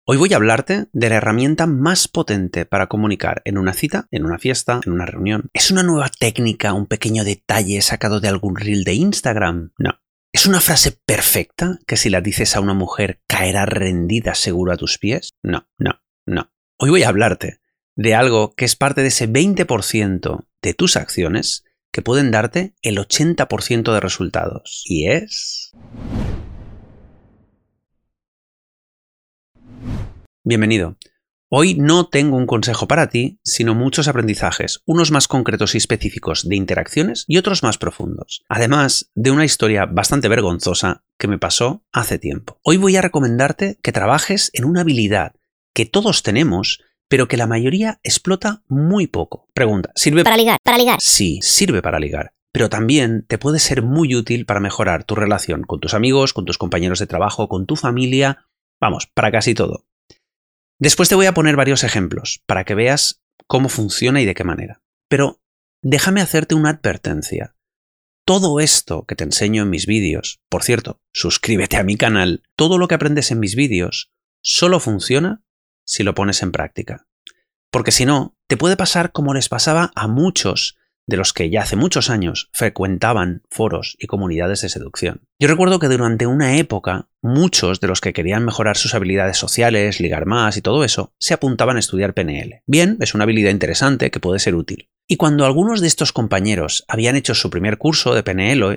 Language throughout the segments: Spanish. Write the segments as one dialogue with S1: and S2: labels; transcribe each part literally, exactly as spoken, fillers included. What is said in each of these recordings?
S1: Hoy voy a hablarte de la herramienta más potente para comunicar en una cita, en una fiesta, en una reunión. ¿Es una nueva técnica, un pequeño detalle sacado de algún reel de Instagram? No. ¿Es una frase perfecta que si la dices a una mujer caerá rendida seguro a tus pies? No, no, no. Hoy voy a hablarte de algo que es parte de ese veinte por ciento de tus acciones que pueden darte el ochenta por ciento de resultados. Y es... Bienvenido. Hoy no tengo un consejo para ti, sino muchos aprendizajes, unos más concretos y específicos de interacciones y otros más profundos. Además de una historia bastante vergonzosa que me pasó hace tiempo. Hoy voy a recomendarte que trabajes en una habilidad que todos tenemos, pero que la mayoría explota muy poco. Pregunta, ¿sirve
S2: para ligar? Para ligar.
S1: Sí, sirve para ligar. Pero también te puede ser muy útil para mejorar tu relación con tus amigos, con tus compañeros de trabajo, con tu familia, vamos, para casi todo. Después te voy a poner varios ejemplos para que veas cómo funciona y de qué manera. Pero déjame hacerte una advertencia. Todo esto que te enseño en mis vídeos, por cierto, suscríbete a mi canal, todo lo que aprendes en mis vídeos solo funciona si lo pones en práctica. Porque si no, te puede pasar como les pasaba a muchos de los que ya hace muchos años frecuentaban foros y comunidades de seducción. Yo recuerdo que durante una época, muchos de los que querían mejorar sus habilidades sociales, ligar más y todo eso, se apuntaban a estudiar P N L. Bien, es una habilidad interesante que puede ser útil. Y cuando algunos de estos compañeros habían hecho su primer curso de P N L,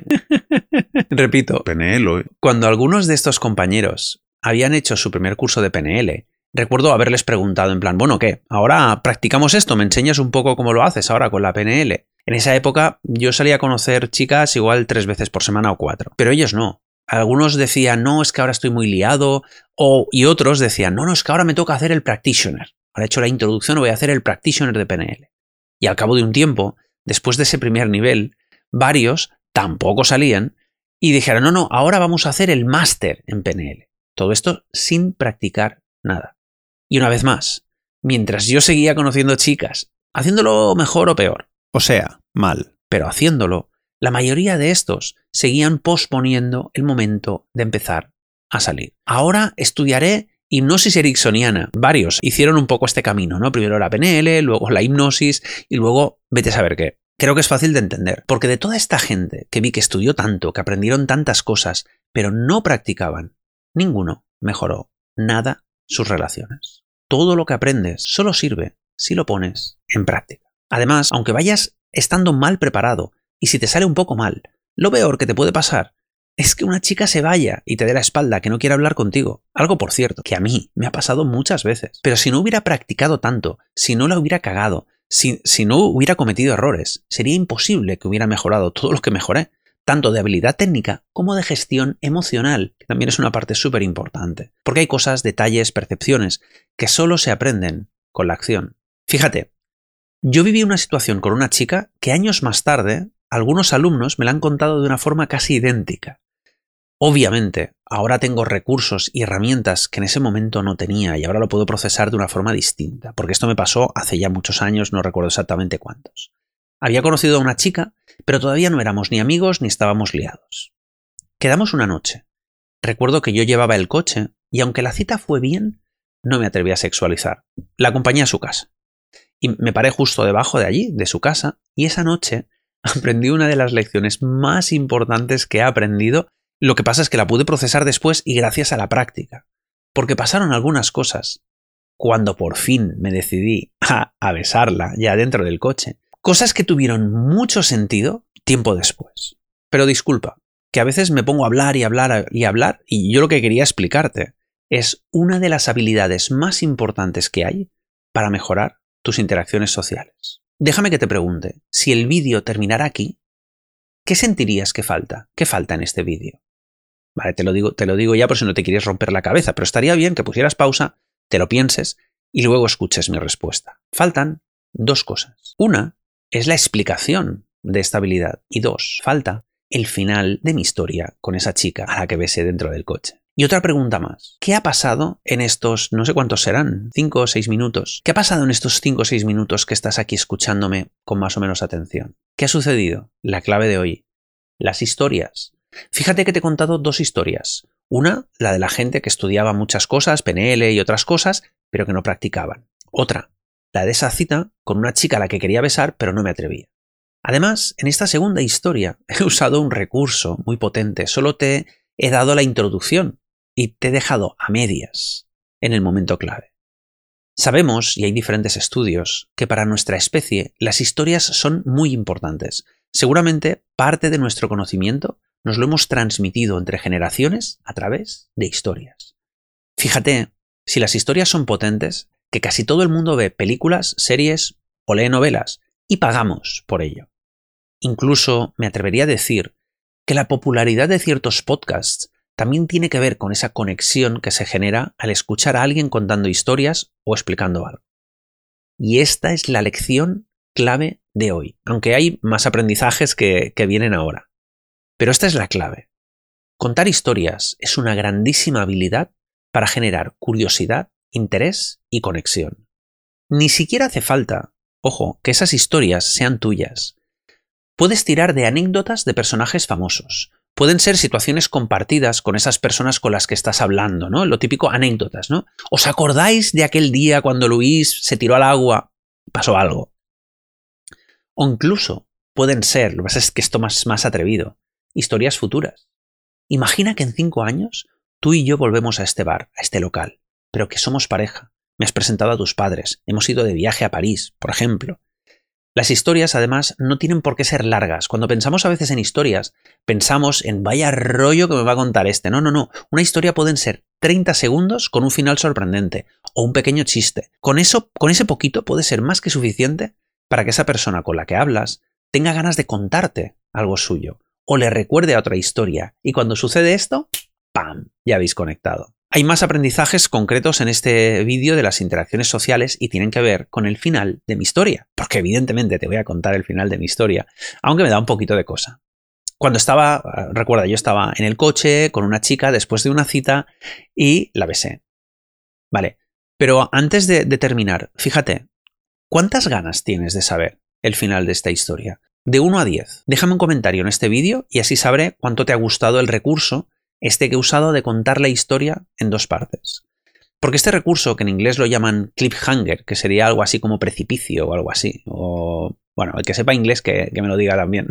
S1: repito,
S3: P N L,
S1: cuando algunos de estos compañeros habían hecho su primer curso de P N L, recuerdo haberles preguntado en plan, bueno, ¿qué? Ahora practicamos esto, ¿me enseñas un poco cómo lo haces ahora con la P N L? En esa época yo salía a conocer chicas igual tres veces por semana o cuatro, pero ellos no. Algunos decían, no, es que ahora estoy muy liado, o, y otros decían, no, no, es que ahora me toca hacer el practitioner. Ahora he hecho la introducción, voy a hacer el practitioner de P N L. Y al cabo de un tiempo, después de ese primer nivel, varios tampoco salían y dijeron, no, no, ahora vamos a hacer el máster en P N L. Todo esto sin practicar nada. Y una vez más, mientras yo seguía conociendo chicas, haciéndolo mejor o peor,
S3: o sea, mal,
S1: pero haciéndolo, la mayoría de estos seguían posponiendo el momento de empezar a salir. Ahora estudiaré hipnosis ericksoniana. Varios hicieron un poco este camino, ¿no? Primero la P N L, luego la hipnosis y luego vete a saber qué. Creo que es fácil de entender, porque de toda esta gente que vi que estudió tanto, que aprendieron tantas cosas, pero no practicaban, ninguno mejoró nada sus relaciones. Todo lo que aprendes solo sirve si lo pones en práctica. Además, aunque vayas estando mal preparado y si te sale un poco mal, lo peor que te puede pasar es que una chica se vaya y te dé la espalda, que no quiera hablar contigo. Algo, por cierto, que a mí me ha pasado muchas veces. Pero si no hubiera practicado tanto, si no la hubiera cagado, si, si no hubiera cometido errores, sería imposible que hubiera mejorado todo lo que mejoré, tanto de habilidad técnica como de gestión emocional, que también es una parte súper importante. Porque hay cosas, detalles, percepciones que solo se aprenden con la acción. Fíjate, yo viví una situación con una chica que años más tarde algunos alumnos me la han contado de una forma casi idéntica. Obviamente, ahora tengo recursos y herramientas que en ese momento no tenía y ahora lo puedo procesar de una forma distinta, porque esto me pasó hace ya muchos años, no recuerdo exactamente cuántos. Había conocido a una chica, pero todavía no éramos ni amigos ni estábamos liados. Quedamos una noche. Recuerdo que yo llevaba el coche y aunque la cita fue bien, no me atreví a sexualizar. La acompañé a su casa. Y me paré justo debajo de allí, de su casa, y esa noche aprendí una de las lecciones más importantes que he aprendido. Lo que pasa es que la pude procesar después y gracias a la práctica. Porque pasaron algunas cosas cuando por fin me decidí a, a besarla ya dentro del coche. Cosas que tuvieron mucho sentido tiempo después. Pero disculpa, que a veces me pongo a hablar y hablar y hablar y yo lo que quería explicarte es una de las habilidades más importantes que hay para mejorar tus interacciones sociales. Déjame que te pregunte, si el vídeo terminara aquí, ¿qué sentirías que falta? ¿Qué falta en este vídeo? Vale, te lo digo, te lo digo ya por si no te quieres romper la cabeza, pero estaría bien que pusieras pausa, te lo pienses y luego escuches mi respuesta. Faltan dos cosas. Una es la explicación de esta habilidad y dos, falta el final de mi historia con esa chica a la que besé dentro del coche. Y otra pregunta más. ¿Qué ha pasado en estos, no sé cuántos serán, cinco o seis minutos? ¿Qué ha pasado en estos cinco o seis minutos que estás aquí escuchándome con más o menos atención? ¿Qué ha sucedido? La clave de hoy. Las historias. Fíjate que te he contado dos historias. Una, la de la gente que estudiaba muchas cosas, P N L y otras cosas, pero que no practicaban. Otra, la de esa cita con una chica a la que quería besar, pero no me atrevía. Además, en esta segunda historia he usado un recurso muy potente. Solo te he dado la introducción y te he dejado a medias en el momento clave. Sabemos, y hay diferentes estudios, que para nuestra especie las historias son muy importantes. Seguramente parte de nuestro conocimiento nos lo hemos transmitido entre generaciones a través de historias. Fíjate, si las historias son potentes, que casi todo el mundo ve películas, series o lee novelas y pagamos por ello. Incluso me atrevería a decir que la popularidad de ciertos podcasts también tiene que ver con esa conexión que se genera al escuchar a alguien contando historias o explicando algo. Y esta es la lección clave de hoy, aunque hay más aprendizajes que, que vienen ahora. Pero esta es la clave. Contar historias es una grandísima habilidad para generar curiosidad, interés y conexión. Ni siquiera hace falta, ojo, que esas historias sean tuyas. Puedes tirar de anécdotas de personajes famosos. Pueden ser situaciones compartidas con esas personas con las que estás hablando, ¿no? Lo típico, anécdotas, ¿no? ¿Os acordáis de aquel día cuando Luis se tiró al agua y pasó algo? O incluso pueden ser, lo que pasa es que esto más, más atrevido, historias futuras. Imagina que en cinco años tú y yo volvemos a este bar, a este local, pero que somos pareja. Me has presentado a tus padres, hemos ido de viaje a París, por ejemplo. Las historias, además, no tienen por qué ser largas. Cuando pensamos a veces en historias, pensamos en vaya rollo que me va a contar este. No, no, no. Una historia pueden ser treinta segundos con un final sorprendente o un pequeño chiste. Con eso, con ese poquito puede ser más que suficiente para que esa persona con la que hablas tenga ganas de contarte algo suyo o le recuerde a otra historia. Y cuando sucede esto, ¡pam!, ya habéis conectado. Hay más aprendizajes concretos en este vídeo de las interacciones sociales y tienen que ver con el final de mi historia, porque evidentemente te voy a contar el final de mi historia, aunque me da un poquito de cosa. Cuando estaba, recuerda, yo estaba en el coche con una chica después de una cita y la besé. Vale, pero antes de, de terminar, fíjate, ¿cuántas ganas tienes de saber el final de esta historia? De uno a diez. Déjame un comentario en este vídeo y así sabré cuánto te ha gustado el recurso este que he usado de contar la historia en dos partes. Porque este recurso, que en inglés lo llaman cliffhanger, que sería algo así como precipicio o algo así, o bueno, el que sepa inglés que, que me lo diga también.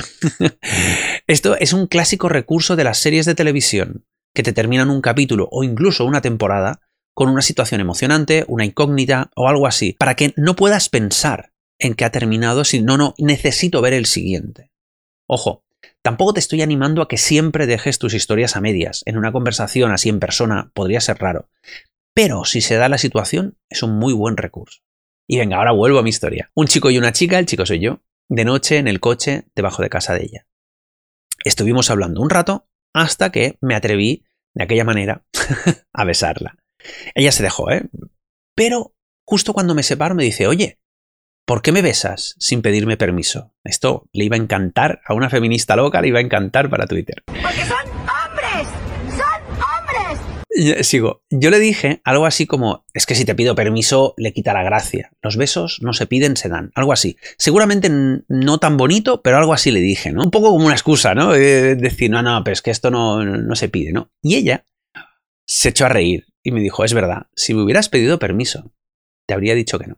S1: Esto es un clásico recurso de las series de televisión, que te terminan un capítulo o incluso una temporada con una situación emocionante, una incógnita o algo así, para que no puedas pensar en que ha terminado, si no, no, necesito ver el siguiente. Ojo, tampoco te estoy animando a que siempre dejes tus historias a medias. En una conversación así en persona podría ser raro. Pero si se da la situación, es un muy buen recurso. Y venga, ahora vuelvo a mi historia. Un chico y una chica, el chico soy yo, de noche en el coche debajo de casa de ella. Estuvimos hablando un rato hasta que me atreví, de aquella manera, a besarla. Ella se dejó, ¿eh? Pero justo cuando me separo me dice, oye, ¿por qué me besas sin pedirme permiso? Esto le iba a encantar a una feminista loca, le iba a encantar para Twitter.
S2: ¡Porque son hombres! ¡Son hombres!
S1: Y sigo. Yo le dije algo así como, es que si te pido permiso le quita la gracia. Los besos no se piden, se dan. Algo así. Seguramente no tan bonito, pero algo así le dije, ¿no? Un poco como una excusa, ¿no? De decir, no, no, pero es que esto no, no se pide, ¿no? Y ella se echó a reír y me dijo, es verdad, si me hubieras pedido permiso, te habría dicho que no.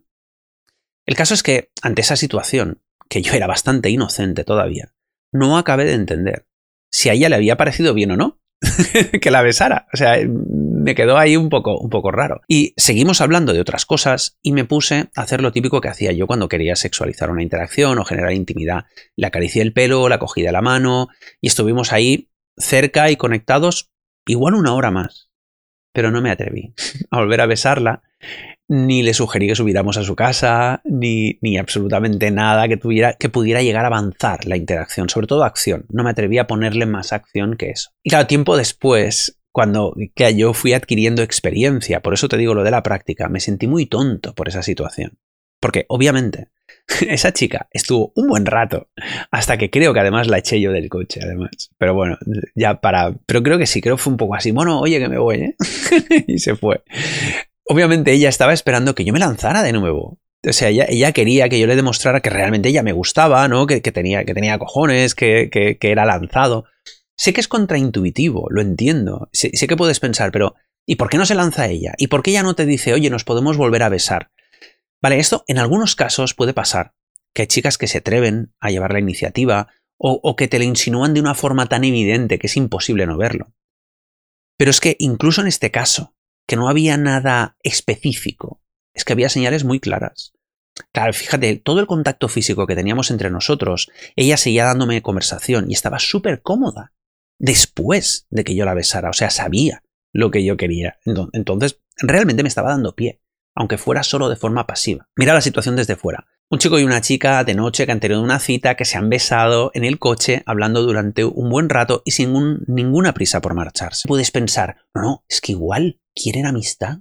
S1: El caso es que, ante esa situación, que yo era bastante inocente todavía, no acabé de entender si a ella le había parecido bien o no que la besara. O sea, me quedó ahí un poco, un poco raro. Y seguimos hablando de otras cosas y me puse a hacer lo típico que hacía yo cuando quería sexualizar una interacción o generar intimidad. Le acaricié el pelo, la cogí de la mano y estuvimos ahí cerca y conectados igual una hora más. Pero no me atreví a volver a besarla. Ni le sugerí que subiéramos a su casa, ni, ni absolutamente nada que, tuviera, que pudiera llegar a avanzar la interacción, sobre todo acción. No me atreví a ponerle más acción que eso. Y claro, tiempo después, cuando que yo fui adquiriendo experiencia, por eso te digo lo de la práctica, me sentí muy tonto por esa situación. Porque, obviamente, esa chica estuvo un buen rato, hasta que creo que además la eché yo del coche, además. Pero bueno, ya para... Pero creo que sí, creo que fue un poco así. Bueno, oye, que me voy, ¿eh? Y se fue. Obviamente ella estaba esperando que yo me lanzara de nuevo. O sea, ella, ella quería que yo le demostrara que realmente ella me gustaba, ¿no? Que, que, tenía, que tenía cojones, que, que, que era lanzado. Sé que es contraintuitivo, lo entiendo. Sé, sé que puedes pensar, pero ¿y por qué no se lanza ella? ¿Y por qué ella no te dice, oye, nos podemos volver a besar? Vale, esto en algunos casos puede pasar, que hay chicas que se atreven a llevar la iniciativa o, o que te lo insinúan de una forma tan evidente que es imposible no verlo. Pero es que incluso en este caso, que no había nada específico, es que había señales muy claras. Claro, fíjate, todo el contacto físico que teníamos entre nosotros, ella seguía dándome conversación y estaba súper cómoda después de que yo la besara, o sea, sabía lo que yo quería. Entonces, realmente me estaba dando pie, aunque fuera solo de forma pasiva. Mira la situación desde fuera. Un chico y una chica de noche que han tenido una cita, que se han besado en el coche, hablando durante un buen rato y sin un, ninguna prisa por marcharse. Puedes pensar, no, no, es que igual quieren amistad.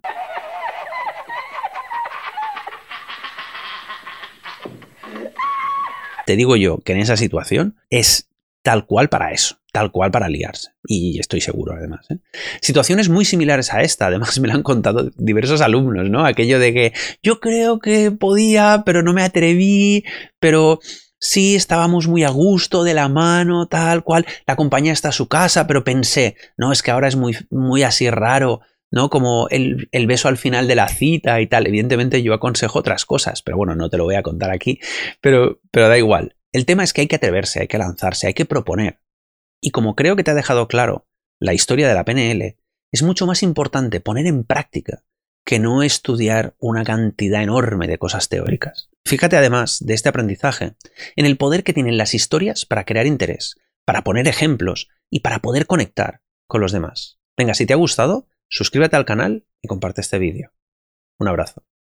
S1: Te digo yo que en esa situación es tal cual para eso, tal cual para liarse. Y estoy seguro, además. ¿eh? Situaciones muy similares a esta, además me lo han contado diversos alumnos, ¿no? Aquello de que yo creo que podía, pero no me atreví, pero sí estábamos muy a gusto de la mano, tal cual. La acompañé hasta su casa, pero pensé, no, es que ahora es muy, muy así raro, ¿no? Como el, el beso al final de la cita y tal. Evidentemente yo aconsejo otras cosas, pero bueno, no te lo voy a contar aquí, pero, pero da igual. El tema es que hay que atreverse, hay que lanzarse, hay que proponer. Y como creo que te ha dejado claro la historia de la P N L, es mucho más importante poner en práctica que no estudiar una cantidad enorme de cosas teóricas. Fíjate además de este aprendizaje en el poder que tienen las historias para crear interés, para poner ejemplos y para poder conectar con los demás. Venga, si te ha gustado, suscríbete al canal y comparte este vídeo. Un abrazo.